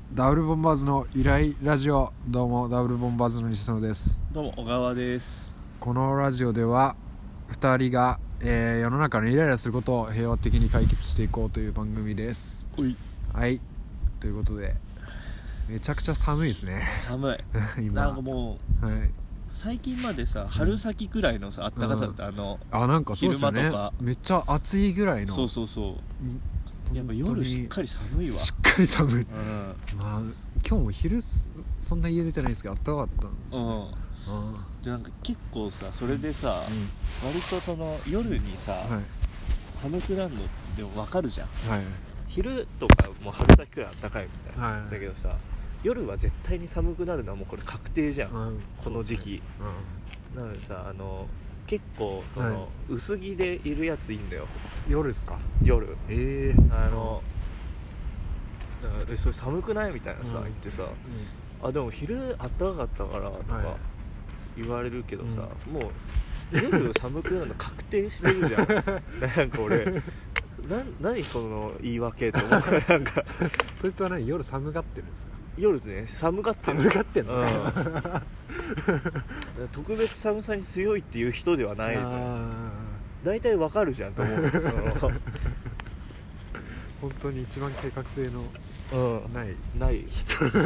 ダブルボンバーズの依頼ラジオ。どうもダブルボンバーズの西野です。 どうも小川です。 このラジオでは2人が、世の中のイライラすることを平和的に解決していこうという番組です。はい、ということでめちゃくちゃ寒いですね。 寒い今なんかもう、はい、最近までさ春先くらいのさ、暖かさってなんかそうですよね。 昼間とかめっちゃ暑いぐらいの。 そうやっぱ夜しっかり寒いわ。 しっかり寒い、まあ今日も昼そんな家出てないんですけど暖かかったんですよ、 でなんか結構さそれでさ、割とその夜にさ、寒くなるのでも分かるじゃん、昼とかもう春先くらい暖かいみたいな、だけどさ夜は絶対に寒くなるのはもうこれ確定じゃん、この時期、なのでさ結構その、薄着でいるやついいんだよ。 夜ですか？ 夜それ寒くないみたいなさ、言ってさ、でも昼暖かかったからとか言われるけどさ、もう夜寒くなるの確定してるじゃんなんか俺何その言い訳と思うなんかそいつは何夜寒がってるんですか？ 夜ね寒がってんの、特別寒さに強いっていう人ではないの。大体わかるじゃんと思う本当に一番計画性のない人マ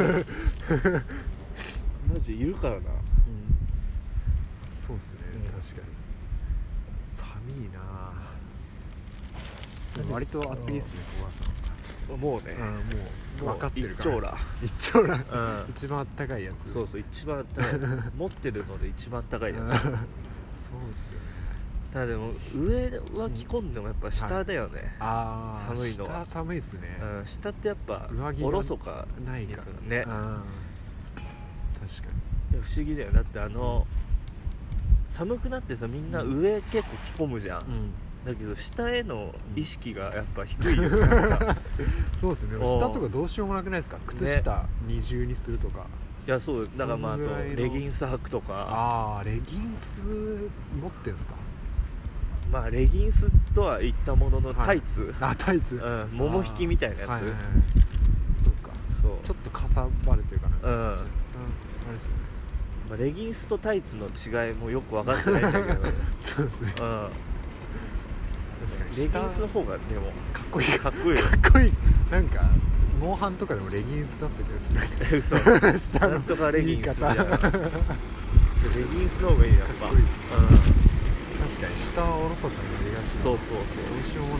ジいるからな、 そうっすね、確かに寒いな。割と暑いっすね、小川さん。 もうね、 もう分かってるから。一一番あったかいやつ。 そう一番あったかい持ってるので一番あったかいやつそうっすよね。 ただでも上は着込んでもやっぱ下だよね、寒いのは。 下寒いっすね、 下ってやっぱおろそかないからね。 確かに不思議だよ。だって寒くなってさみんな上結構着込むじゃん、だけど下への意識がやっぱ低いよね、 そうですね。下とかどうしようもなくないですか？靴下二重にするとか。 いやそうだからあとレギンス履くとか。 レギンス持ってんすか？ レギンスとは言ったもののタイツ、 タイツ、 桃引きみたいなやつ、 そうか、ちょっとかさばるというかな、あれですよね。 レギンスとタイツの違いもよく分かってないんだけどそうですね、確かにレギンスの方がでもかっこいいかっこいいなんかモンハンとかでもレギンスだったけどする嘘下のなんとかレギンスみたいなレギンスの方がいいやっぱ。 かっこいいですね、確かに下はおろそかになりがちな。 そうどうしようもない、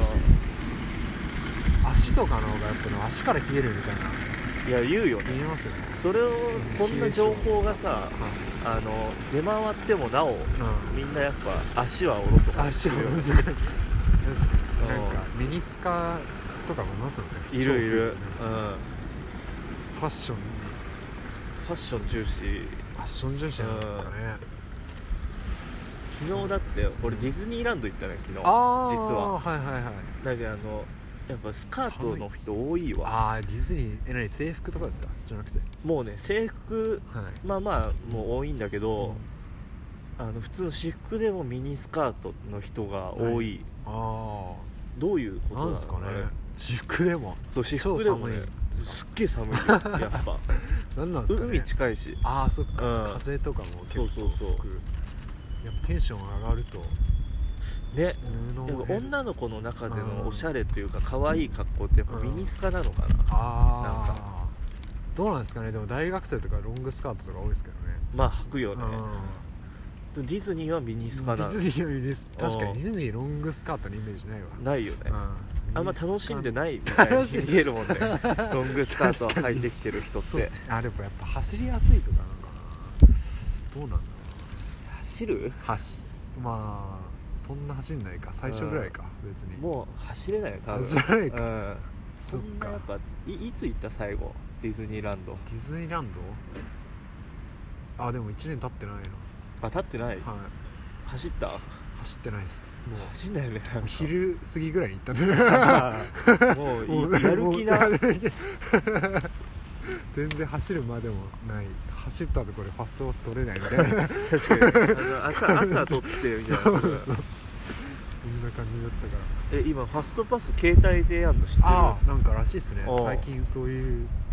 足とかの方がやっぱ足から冷えるみたいな。 いや言うよね。 言いますよね。 それをそんな情報がさ、出回ってもなお、みんなやっぱ足はおろそかにするよ。 確かになんかミニスカとかもいますよね。 いる、 ファッション重視なんですかね。 昨日だって俺ディズニーランド行ったね昨日、実は。だけどやっぱスカートの人多いわ。 ディズニー何制服とかですか？じゃなくてもうね制服、もう多いんだけど、普通の私服でもミニスカートの人が多い、どういうことなんですかね。 私服でも私服でもねすっげえ寒いやっぱ何なんですかね。 海近いし、 そっか、風とかも結構吹く。やっぱテンション上がるとね、やっぱ女の子の中でのおしゃれというか可愛い格好ってやっぱミニスカなのかな。なんかどうなんですかね。でも大学生とかロングスカートとか多いですけどね。 履くよね。ディズニーはミニスカなの。 ディズニーはミニスカ。確かにディズニーロングスカートのイメージないわ。 ないよね。あんま楽しんでないみたいに見えるもんねロングスカートを履いてきてる人って。 でもやっぱ走りやすいとかなんかな。どうなんだろう。 走る？ そんな走んないか。最初ぐらいか、別にもう走れないよ多分。 走らないか、 そんなやっぱいつ行った最後ディズニーランド。 ディズニーランドでも1年経ってないな。 経ってない、走った走ってないっす。もう走んないよね。 昼過ぎぐらいに行ったんでもうやる気な全然走るまでもない。走ったところでファストオス取れないみたいな確かに朝取ってみたいな。そんな感じだったから。 今ファストパス携帯でやんの知ってる？ なんからしいっすね。最近そういう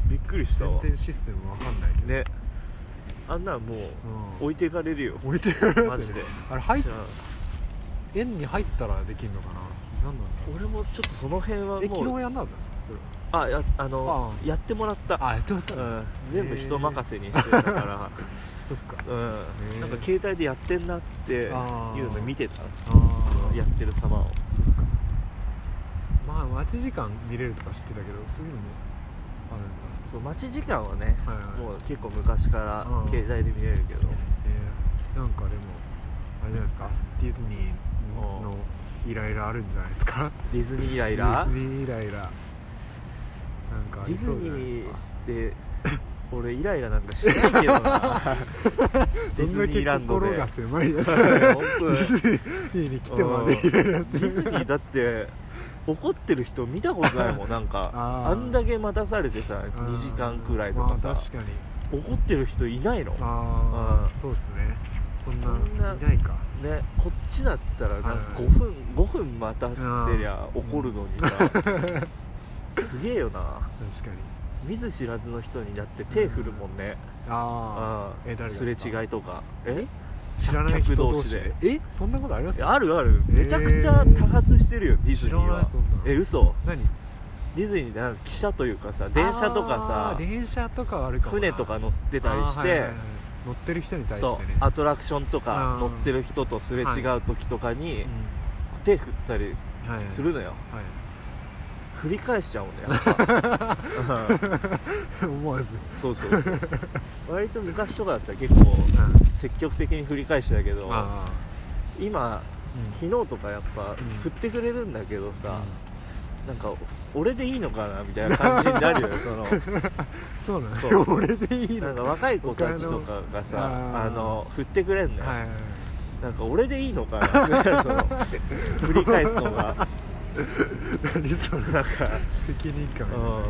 びっくりしたわ。 全然システムわかんないけどね。あんなんもう置いていかれるよ。 置いていかれるマジで。 あれ円に入ったらできるのかな。なんなんだろう。 俺もちょっとその辺はもう昨日やんなかったんですかそれは。 やってもらった。 やってもらった、 全部人任せにしてたからそっか、 なんか携帯でやってんなっていうの見てた。やってる様を。 そっか。まあ待ち時間見れるとか知ってたけど、そういうのもあるんだ。 そう、待ち時間はね、もう結構昔から携帯で見れるけど、 なんかでもあれじゃないですか、ディズニーのイライラあるんじゃないですか。 ディズニーイライラ。 ディズニーイライラなんかありそうじゃないですか。 ディズニーって俺イライラなんかしないけどなディズニーランドで。 心が狭いやつディズニーに来てまでイライラする。 ディズニーだって怒ってる人見たことないもん。なんかあんだけ待たされてさ、2時間くらいとかさ、 確かに怒ってる人いないの。 そうっすね。そんないないかね。こっちだったらなんか5分待たせりゃ怒るのにさすげえよな。 確かに。 見ず知らずの人にだって手振るもんね。 誰ですか。 すれ違いとか知らない人同士で。そんなことあります？ あるある。めちゃくちゃ多発してるよディズニーは。嘘。 何？ ディズニーでなんか汽車というかさ、電車とかさ、 電車とかあるかもな。 船とか乗ってたりして、 乗ってる人に対してね、 アトラクションとか乗ってる人とすれ違う時とかに手振ったりするのよ。振り返しちゃうんだよ思わず。 そう割と昔とかだったら結構積極的に振り返してたけど、今昨日とかやっぱ振ってくれるんだけどさ、なんか俺でいいのかなみたいな感じになるよそうなの。俺でいいの。 なんか若い子たちとかがさ振ってくれんのよ。なんか俺でいいのかな振り返すのが何それ。なんか責任感みたいな。そっか。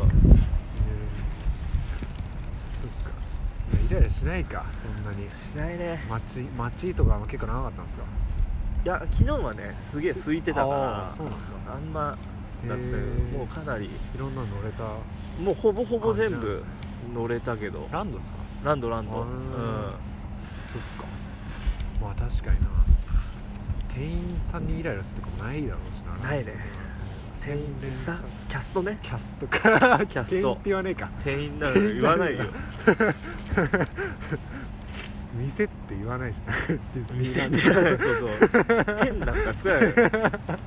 イライラしないか。そんなにしないね。 街とかも結構長かったんですか。 いや昨日はねすげえ空いてたから。 そうなんだ。 あんまだってもうかなりいろんな乗れた。 もうほぼほぼ全部乗れたけど。 ランドですか。 ランドそっか。まあ確かにな。店員さんにイライラするとかもないだろうしな。 ないね。店員さ、キャストね。 キャストかキャスト店員って言わねえか。 店員なの言わないよ店って言わないじゃんディズニーランド。 そう店なんか使えない確かに。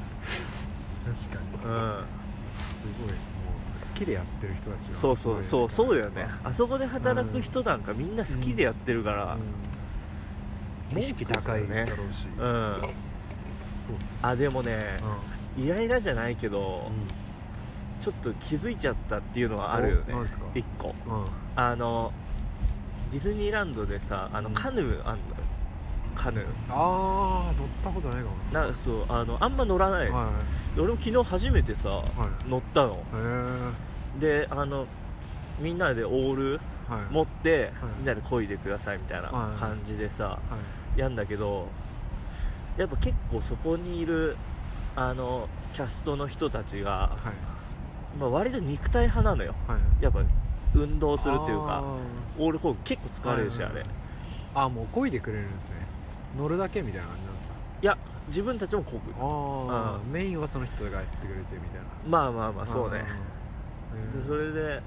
すごいもう好きでやってる人たちが。 そうだよね。あそこで働く人なんかみんな好きでやってるから、 意識高いだろうし。そうっすね。 でもね、イライラじゃないけど、ちょっと気づいちゃったっていうのはあるよね。 何ですか。 1個、ディズニーランドでさカヌーあんのよ。カヌー乗ったことないかも。 そうあんま乗らない、俺も昨日初めてさ、乗ったの。でみんなでオール持って、みんなで漕いでくださいみたいな感じでさ、やんだけど、やっぱ結構そこにいるキャストの人たちが、割と肉体派なのよ。やっぱ運動するというかオール漕ぐ結構疲れるし、あれもう漕いでくれるんですね。乗るだけみたいな感じなんですか。 いや自分たちも漕ぐ。 メインはその人がやってくれてみたいな。 まあそうね。でそれで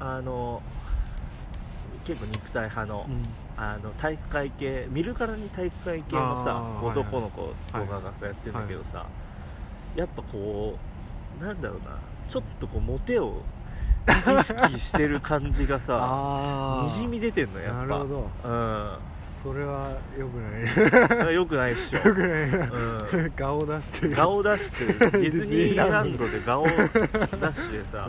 結構肉体派の、体育会系、見るからに体育会系のさ男の子とかがさやってるんだけどさ、やっぱこうなんだろうな、ちょっとこうモテを意識してる感じがさにじみ出てんのやっぱ。 なるほど。それは良くない良くないっしょ。 良くない。顔出してる。 ディズニーランドで顔出してさ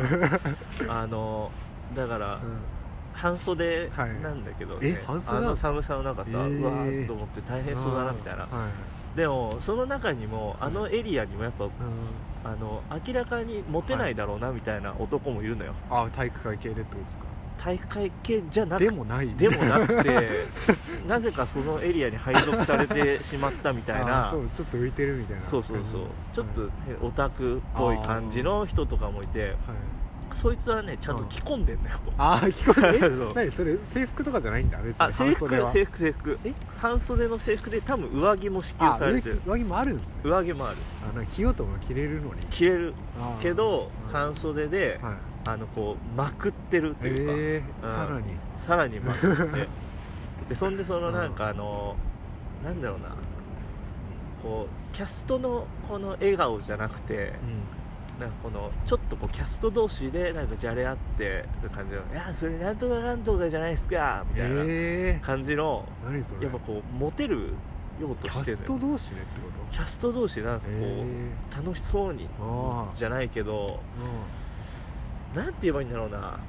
だから半袖なんだけどね、寒さの中さ、うわーっと思って大変そうだなみたいな。でもその中にもエリアにもやっぱ明らかにモテないだろうなみたいな男もいるのよ。 体育会系でってことですか。 体育会系じゃなくてでもなくてなぜかそのエリアに配属されてしまったみたいなちょっと浮いてるみたいな。 そうちょっとオタクっぽい感じの人とかもいて、 そいつはねちゃんと着込んでんだよ、 ああ着込んで何それ制服とかじゃないんだ別に。 あ制服半袖の制服で多分上着も支給されてる。 上着もあるんですね。 上着もある。 なんか着ようとも着れるのに着れるけど半袖で、こうまくってるっていうか、 さらにまくってでそんでそのなんかなんだろうな、こうキャストのこの笑顔じゃなくて、なんかこのちょっとこうキャスト同士でなんかじゃれ合ってる感じの、いやそれなんとかなんとかじゃないですかみたいな感じの、 何それ、 やっぱこうモテるようとしてる。 キャスト同士ねってこと？ キャスト同士なんかこう楽しそうにじゃないけど、なんて言えばいいんだろうな、なん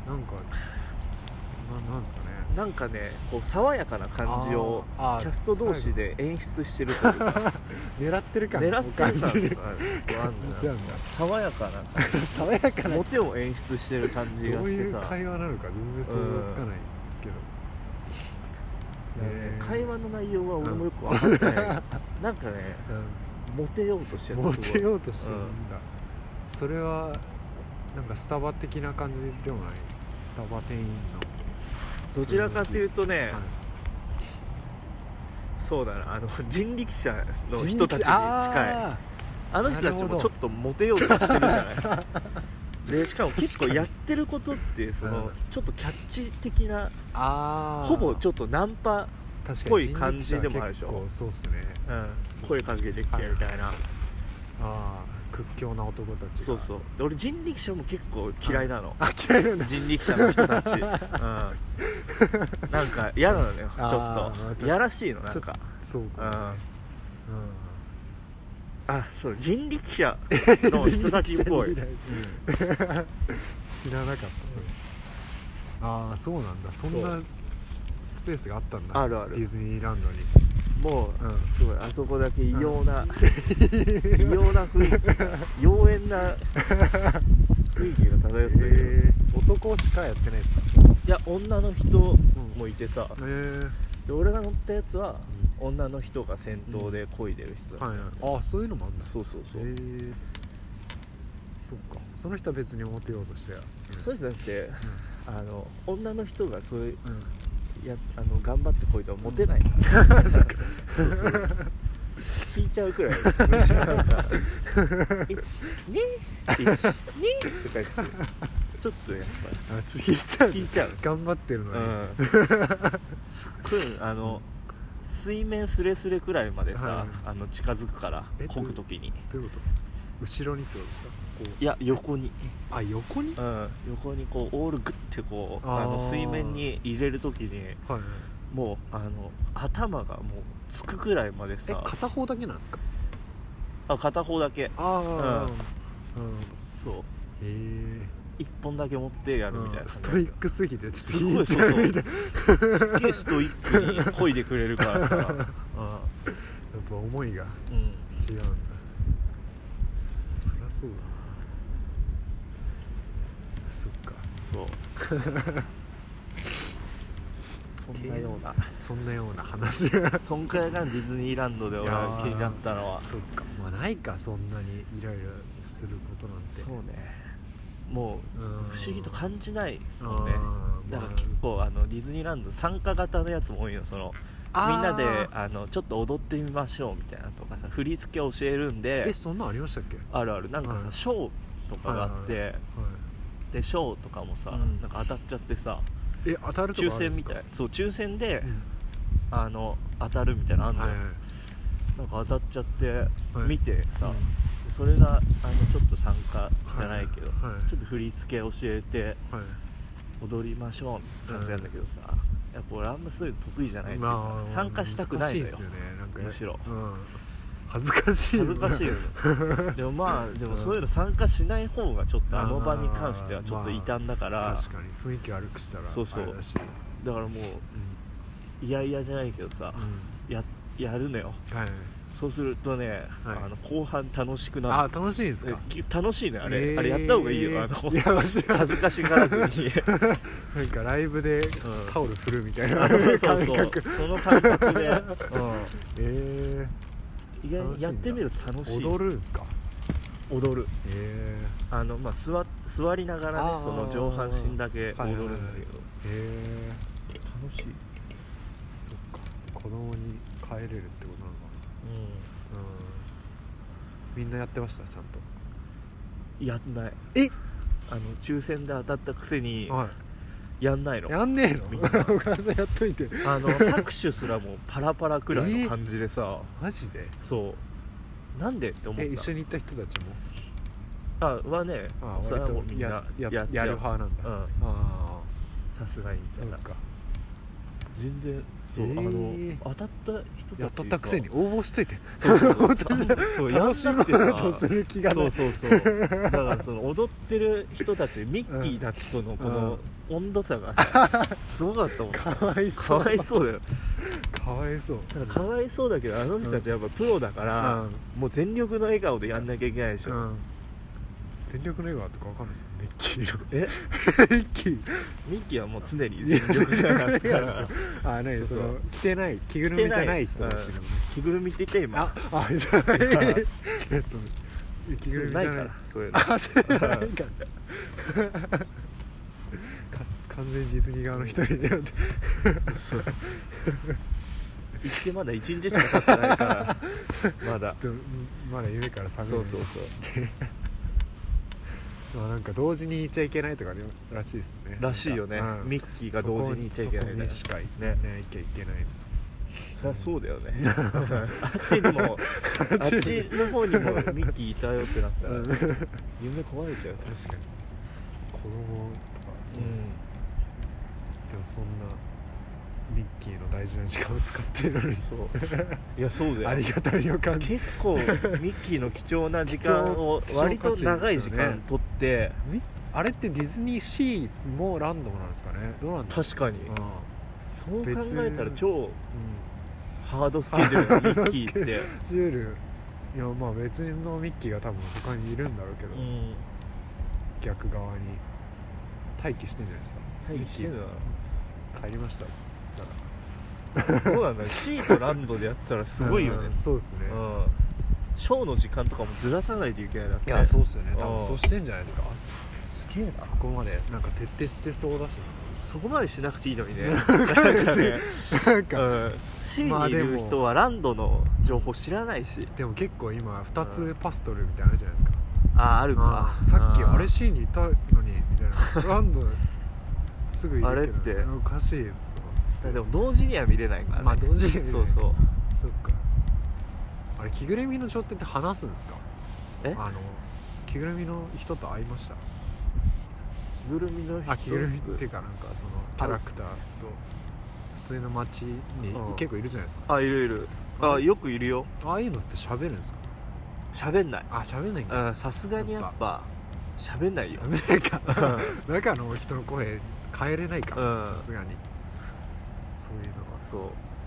ですかね、 なんかねこう爽やかな感じをキャスト同士で演出してるというか狙ってる感じる感じ爽やかなモテを演出してる感じがしてさ、 どういう会話なのか全然想像つかないけど、 会話の内容は俺もよく分かってないなんかね、モテようとしてるんだ。それはなんかスタバ的な感じでもない？スタバ店員のどちらかというとね、そうだな、人力車の人たちに近い。あの人たちもちょっとモテようとしてるじゃないでしかも結構やってることってそのちょっとキャッチ的な、ほぼちょっとナンパっぽい感じでもあるでしょ。 そうっすね、 声かけてきてみたいな、 屈強な男たちが。 そう俺人力車も結構嫌いなの。 嫌いなんだ。 人力車の人たち、なんか嫌なのよ、ちょっとやらしいの、なんかそうか、 そう人力車の人たちっぽい知らなかったそれ。そうなんだ、そんなスペースがあったんだ。 あるある、 ディズニーランドに。 もう、すごいあそこだけ異様な雰囲気が妖艶な雰囲気が漂ってる。 男しかやってないですか？ いや女の人もいてさ、で俺が乗ったやつは、女の人が先頭で漕いでる人だった。 そういうのもあるんだ。 そうそっか、その人は別にモテようとしてそうじゃなくて、女の人がそういう、頑張ってこいとはモテないから引いちゃうくらいむしろなんか1、2、1、2とか言ってちょっとやっぱ引いちゃう頑張ってるのに、 すっごい水面スレスレくらいまでさ、近づくから漕ぐときに。 どういうこと？後ろにってことですか？ いや横に。 横に？ 横にこうオールグッてこう水面に入れるときに、もう頭がもうつくくらいまでさ。 片方だけなんですか？ 片方だけ。そう。一本だけ持ってやるみたいな。 ストイックすぎてちょっと引いちゃうみたいな。すっげえストイックに漕いでくれるからさ。やっぱ思いが違うんだ。そりゃそうだ。そっか。そう。そんなような話がそんくらいがディズニーランドで俺は気になったのは。 そっか、ないか、そんなにイライラすることなんて。 そうね、もう不思議と感じないもんね。だから結構ディズニーランド参加型のやつも多いの。そのみんなでちょっと踊ってみましょうみたいなとかさ、振り付け教えるんで。 そんなありましたっけ？ あるある。なんかさ、ショーとかがあって、でショーとかもさ、なんか当たっちゃってさ、 当たるとかあるんですか？ 抽選みたい。そう、抽選で、当たるみたいなのあんのよ。なんか当たっちゃって見てさ、それがちょっと参加じゃないけど、ちょっと振り付け教えて踊りましょうって感じなんだけどさ、やっぱ俺あんまそういうの得意じゃないっていうか、参加したくないのよ。むしろ恥ずかしいよね。 でもそういうの参加しない方がちょっと場に関してはちょっと異端だから。 確かに雰囲気悪くしたら。そうだからもういやいやじゃないけどさ、やるのよ。そうするとね、後半楽しくなる。 楽しいんですか？ 楽しいね、あれやった方がいいよ。恥ずかしがらずになんかライブでタオル振るみたいなそうその感覚で意外にやってみると楽しい。 踊るんですか？ 踊る。まあ、座りながらね、その上半身だけ踊るんだけど、楽しい。 そっか、子供に帰れるってことなのかな。みんなやってました？ちゃんとやんない。抽選で当たったくせに、やんないの。 やんねえの？みんなやっといて。 拍手すらもパラパラくらいの感じでさ、 マジで？ そうなんでって思った。 一緒に行った人たちもはね、それはもうみんなやる派なんだ。 さすがにみたいな。全然そう、当たった人たちやったくせに応募しといて、 そうやんなくてさ、 とする気がない。 そうだからその踊ってる人たち、ミッキーたちとのこの温度差がさ、すごかったもん。 かわいそうだよ。 かわいそう。 ただかわいそうだけど、あの人たちはやっぱプロだから、もう全力の笑顔でやんなきゃいけないでしょ。 全力の笑顔とかわかんないですよ。ミッキーのミッキーはもう常に全力があるからその着てない着ぐるみじゃない人たちの着ぐるみって言って今着ぐるみじゃないから、 そういうの完全にディズニー側の一人でやって行ってまだ1日しか経ってないからまだ夢から覚める。そうなんか同時に行っちゃいけないとからしいですね。 らしいよね。ミッキーが同時に行っちゃいけないね。 そこにしか行っちゃいけない。 そりゃそうだよね。あっちの方にもミッキーいたよってなったら夢壊れちゃう。 確かに子供とかそう、でもそんなミッキーの大事な時間を使ってるのに、 いやそうだよ。 ありがたみを感じ。 結構ミッキーの貴重な時間を割と長い時間取って、 あれってディズニーシーもランドもなんですかね。どうなんだろう。 確かに、そう考えたら超、ハードスケジュールのミッキーってジュール、いやまあ別のミッキーが多分他にいるんだろうけど、逆側に待機してんじゃないですか。 待機してるの帰りましたっつってそうなんだよ。シーとランドでやってたらすごいよね。 そうですね。 ショーの時間とかもずらさないといけないだって。 いやそうっすよね。多分そうしてんじゃないですか。 すげえな。 そこまでなんか徹底してそうだし、 そこまでしなくていいのにね。 なんかシーにいる人はランドの情報知らないし。 でも結構今2つパストルみたいなのあるじゃないですか。 あるか。 さっきあれシーにいたのにみたいな。ランドすぐいるけど、 あれっておかしいよ。 でも同時には見れないからね。 同時には見れない。 そうそっか。あれ着ぐるみの状態って話すんですか？着ぐるみの人と会いました？ 着ぐるみの人、 着ぐるみっていうかなんかそのキャラクターと普通の街に結構いるじゃないですか。 いるよくいるよ。 ああいうのって喋るんですか？ 喋んない。 喋んないんだ。 さすがにやっぱ喋んないよ。 中の人の声変えれないからさすがに。そういうのはそう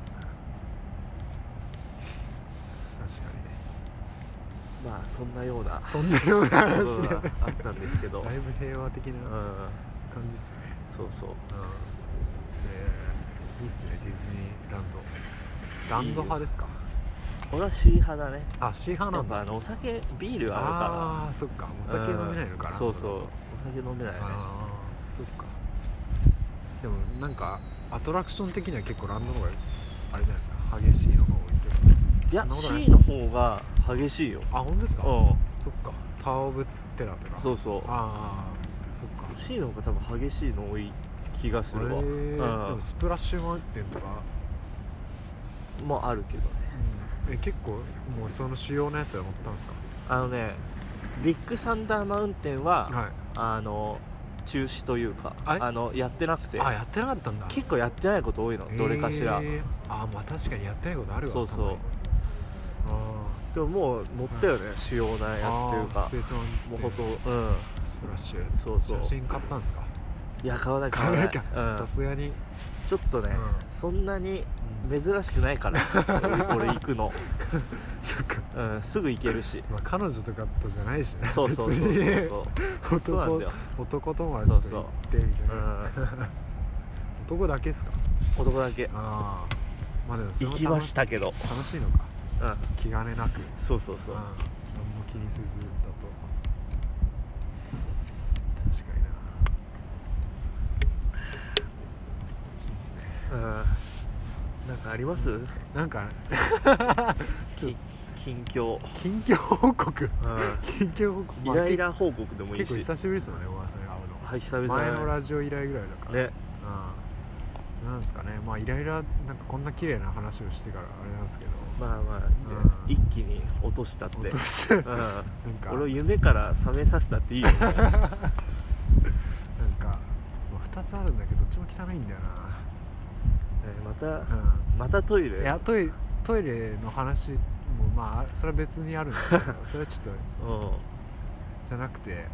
確かにね。 まあそんなような話があったんですけど、 だいぶ平和的な感じっすね。 そういいっすね。ディズニーランド派ですか？ 俺は C 派だね。 C 派なんだ。 やっぱお酒ビールあるから。 そっか、お酒飲めないのかな。 そうお酒飲めないね。 そっか。でもなんかアトラクション的には結構ランドの方があれじゃないですか、激しいのが多いけど。 いや C の方が激しいよ。 本当ですか？そっか。タワーオブテラとか。 そうそっか。 C の方が多分激しいの多い気がするわ。でもスプラッシュマウンテンとかもあるけどね。 結構もうその主要なやつは乗ったんですか？ ビッグサンダーマウンテンは、中止というかやってなくて。 やってなかったんだ。 結構やってないこと多いの、どれかしら。 まあ確かにやってないことあるわ。 そうでももう乗ったよね、主要なやつというか。 スペースワンもうほんとスプラッシュ。写真買ったんすか？ いや買わないか。さすがにちょっとね、そんなに珍しくないから俺行くの。 そっか。 すぐ行けるし、 彼女とかとじゃないしね。 そう男友達と行ってみたいな。男だけっすか？ 男だけ。 でも行きましたけど楽しいのか。気兼ねなく。 そう何も気にせずだと。 なんかあります？ なんか近況報告、近況報告、 イライラ報告でもいいし、 結構久しぶりですよね、小川さんに会うの。 はい、久々 前のラジオ以来ぐらいだからね。 なんですかね、まあイライラなんかこんな綺麗な話をしてからあれなんですけど、 まあまあ、一気に落としたって、なんか俺を夢から覚めさせたっていいよね。なんか、 2つあるんだけどどっちも汚いんだよな。 またトイレ？ いやトイレの話もまあそれは別にあるんですけどそれはちょっとじゃなくて、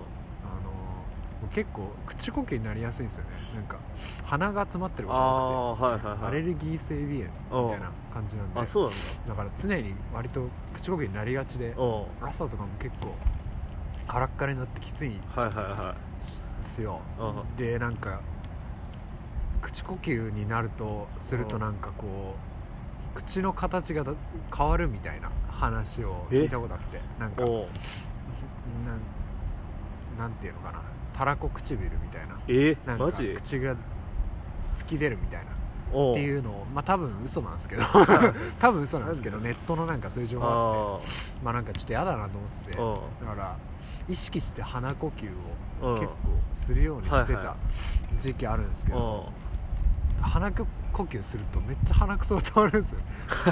結構口呼吸になりやすいんですよね。なんか鼻が詰まってることが多くて、アレルギー性鼻炎みたいな感じなんで、 そうなんだ。 だから常に割と口呼吸になりがちで、朝とかも結構カラッカラになってきついんですよ。でなんか口呼吸になるとするとなんかこう口の形が変わるみたいな話を聞いたことあって、なんかなんていうのかな、たらこ唇みたいな、なんか口が突き出るみたいなっていうのを、まあ多分嘘なんですけど多分嘘なんですけどネットのなんかそういう情報あって、まあなんかちょっと嫌だなと思ってて、だから意識して鼻呼吸を結構するようにしてた時期あるんですけど、鼻呼吸するとめっちゃ鼻くそが溜まるんですよ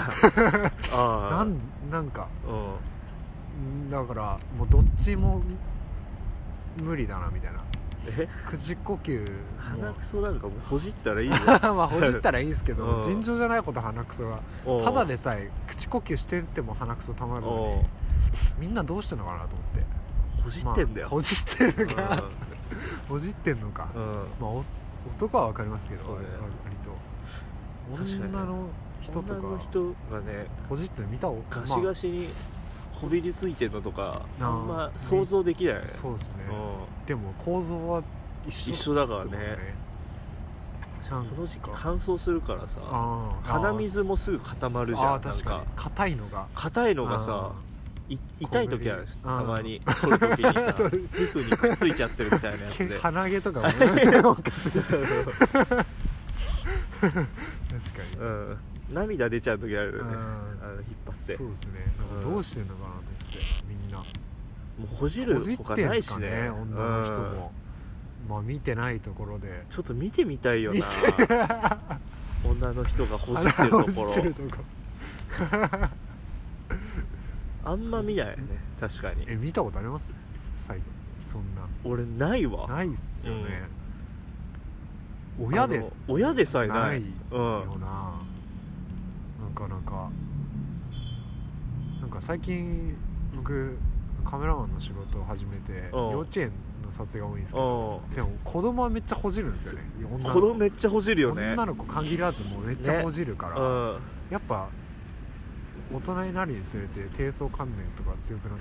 なんか、だからもうどっちも無理だなみたいな。口呼吸鼻くそなんかもうほじったらいいよまあほじったらいいんですけど尋常じゃないこと鼻くそがただでさえ口呼吸してても鼻くそ溜まるのにみんなどうしてんのかなと思って。 ほじってんだよ、 ほじってるのかほじってんのか、まあ男は分かりますけど、割と女の人とかがねほじってる見たガシガシにこびりついてるのとかあんま想像できないよね。 そうですね、でも構造は一緒だからね。その時期乾燥するからさ、鼻水もすぐ固まるじゃん。 確かに硬いのがさ痛い時ある、たまに取る時にさ皮膚にくっついちゃってるみたいなやつで鼻毛とかもね確かに、 涙出ちゃう時あるよね、引っ張って。 そうですね、どうしてんのかなと思ってみんな。もうほじるほかないしね、 女の人も、まあ見てないところでちょっと見てみたいよな女の人がほじってるところあんま見ないよね、確かに。 見たことあります？そんな。 俺ないわ。 ないっすよね、 親でさえないよな、なんか最近僕カメラマンの仕事を始めて幼稚園の撮影が多いんですけど、でも子供はめっちゃほじるんですよね。 子供めっちゃほじるよね。 女の子限らずもめっちゃほじるから、やっぱ大人になるにつれて低層観念とか強くなって、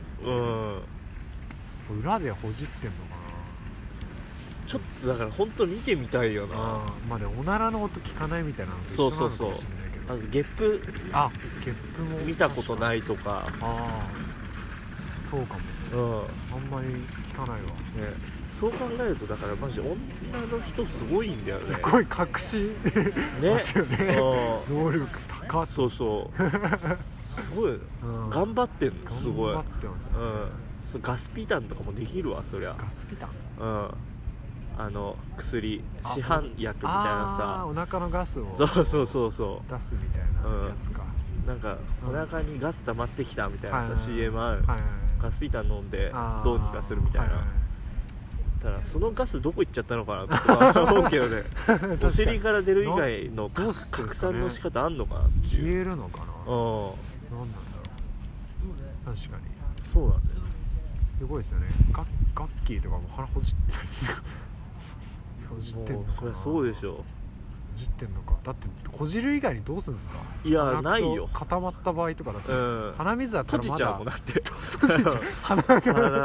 裏でほじってんのかな。 ちょっとだから本当見てみたいよな。 まあでもおならの音聞かないみたいなのと一緒なのかもしれないけど、 ゲップも見たことないとか。 そうかも、あんまり聞かないわ、 そう考えるとだからマジ女の人すごいんだよね。 すごい確信ますよね能力高っ。 そうすごい、頑張ってんの。すごい頑張ってますよね、 ガスピタンとかもできるわ、そりゃ。 ガスピタン、 薬、市販薬みたいなさ、 お腹のガスをそう出すみたいなやつか、 なんかお腹にガス溜まってきたみたいなさ、CM ある、ガスピタン飲んでどうにかするみたいな。ただそのガスどこ行っちゃったのかなとか思うけどねお尻から出る以外の拡散の仕方あんのかなっていう。 消えるのかな、なんなんだろう。確かにそうなんだよ。 すごいですよね。ガッキーとかも鼻ほじったりするほじってんのかな。 そりゃそうでしょ。 ほじってんのか。だってほじる以外にどうするんですか。 いやないよ。 固まった場合とかだと、鼻水だったらまだ閉じちゃうもんだって閉じちゃう鼻が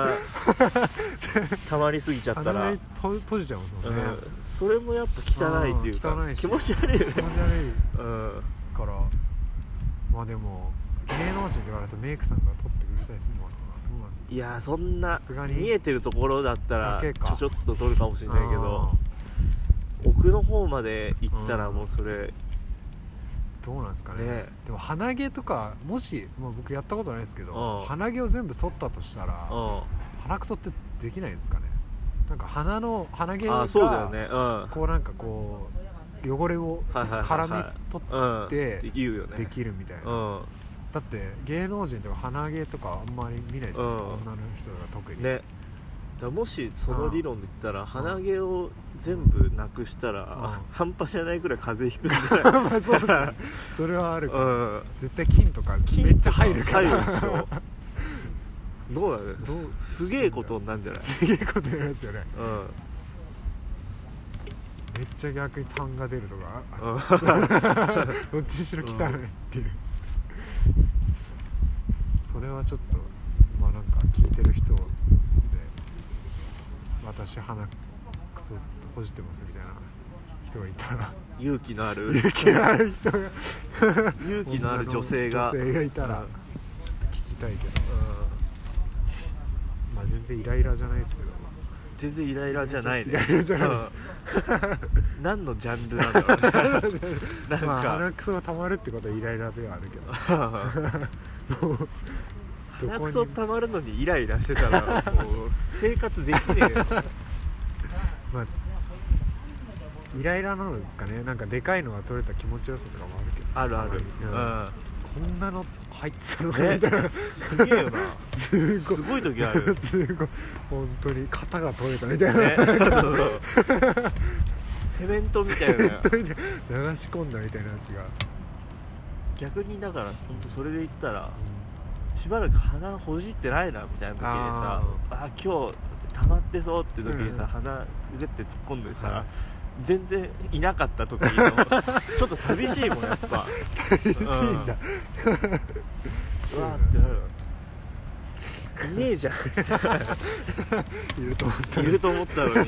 溜まりすぎちゃったら閉じちゃうんですもんね、 それもやっぱ汚いっていうか、気持ち悪いよね。 気持ち悪いから、まあでも芸能人って言われるとメイクさんが撮ってくれたりするのかな。 いやそんな見えてるところだったらちょっと撮るかもしれないけど、奥の方まで行ったらもうそれどうなんですか ね。でも鼻毛とかもし、まあ、僕やったことないですけど、鼻毛を全部剃ったとしたら鼻くそってできないんですかね。なんか鼻毛がそうだよね、 こうなんかこう汚れを絡み取ってできるみたいな、だって芸能人とか鼻毛とかあんまり見ないじゃないですか、女の人が特にね。 だもしその理論で言ったら鼻毛を全部なくしたら半端じゃないくらい風邪ひくんじゃないまあそうですね、それはあるから、絶対菌とかめっちゃ入るからどうなる？すげえことになるんじゃない？ すげえことになりますよね。めっちゃ逆に痰が出るとかどっちにしろ汚いっていう、それはちょっとまあなんか聞いてる人で私鼻くそほじってますみたいな人がいたら、 勇気のある人が勇気のある女性がいたらちょっと聞きたいけど、まあ全然イライラじゃないですけど、 全然イライラじゃないね。 イライラじゃないです、 何のジャンルなんだろうねなんか、 まあ、鼻くそが溜まるってことはイライラではあるけどもう鼻くそ溜まるのにイライラしてたらもう生活できねえよまあイライラなのですかね。なんかでかいのが取れた気持ちよさとかもあるけど、 あるある、 こんなの入ってたのかみたいな、 すげえよなすごい時あるすごい本当に肩が取れたみたいな、 セメントみたいな流し込んだみたいなやつが、 逆にだから本当それで言ったら、しばらく鼻ほじってないなみたいな時にさ、今日溜まってそうって時にさ、鼻グッて突っ込んでさ、全然いなかった時のちょっと寂しいもんやっぱ寂しいんだ、 うわーってなる、いねえじゃんいると思ったのにい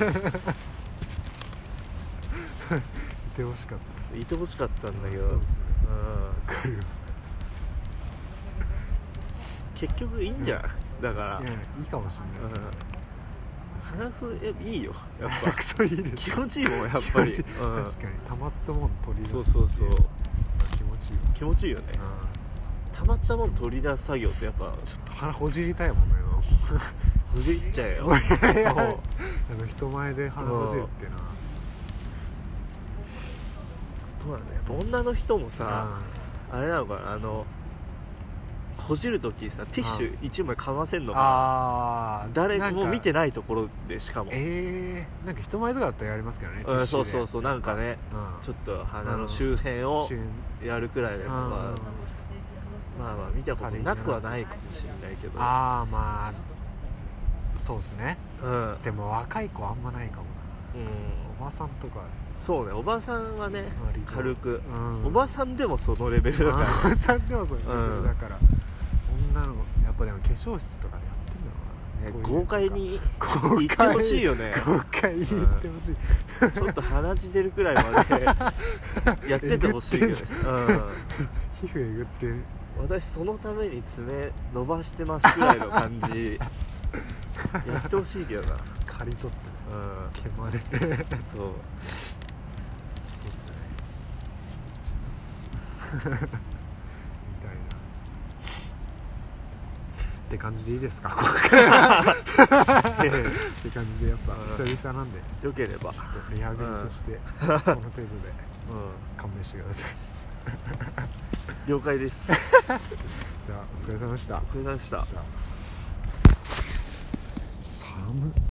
てほしかった、 いてほしかったんだけど、 そうですね、分かるよ、 結局いいんじゃん、だからいやいいかもしれないですね、 鼻くそいいよやっぱクソいいです、 気持ちいいもんやっぱり、 確かに溜まったもん取り出す、 そう気持ちいい気持ちいいよね、溜まったもん取り出す作業ってやっぱちょっと鼻ほじりたいもんねほじっちゃえよ人前で鼻ほじるっていうのはどうなんだよ、やっぱ女の人もさ、あれなのかな、ほじるときさティッシュ1枚かませんのかな、誰も見てないところで、しかもなんか人前とかだったらやりますけどね、 そうなんかね、ちょっと鼻の周辺をやるくらいで、まあ見たことなくはないかもしれないけど、 まあそうですね、でも若い子あんまないかもな、おばさんとか、 そうね、おばさんはね軽く、おばさんでもそのレベルだから、 おばさんでもそのレベルだから、女のやっぱでも化粧室とかでやってんだろうな、 豪快に行ってほしいよね、 豪快に行ってほしい、 ちょっと鼻血出るくらいまでやっててほしいけど、皮膚えぐってる、 私そのために爪伸ばしてますくらいの感じやってほしいけどな、 刈り取ってね、毛までそうっすね、ちょっとみたいなって感じでいいですか、ここからって感じで、やっぱ久々なんで、 よければちょっとリハビリとして、この程度で勘弁してください了解ですじゃあお疲れ様でした。 お疲れ様でした。 寒っ。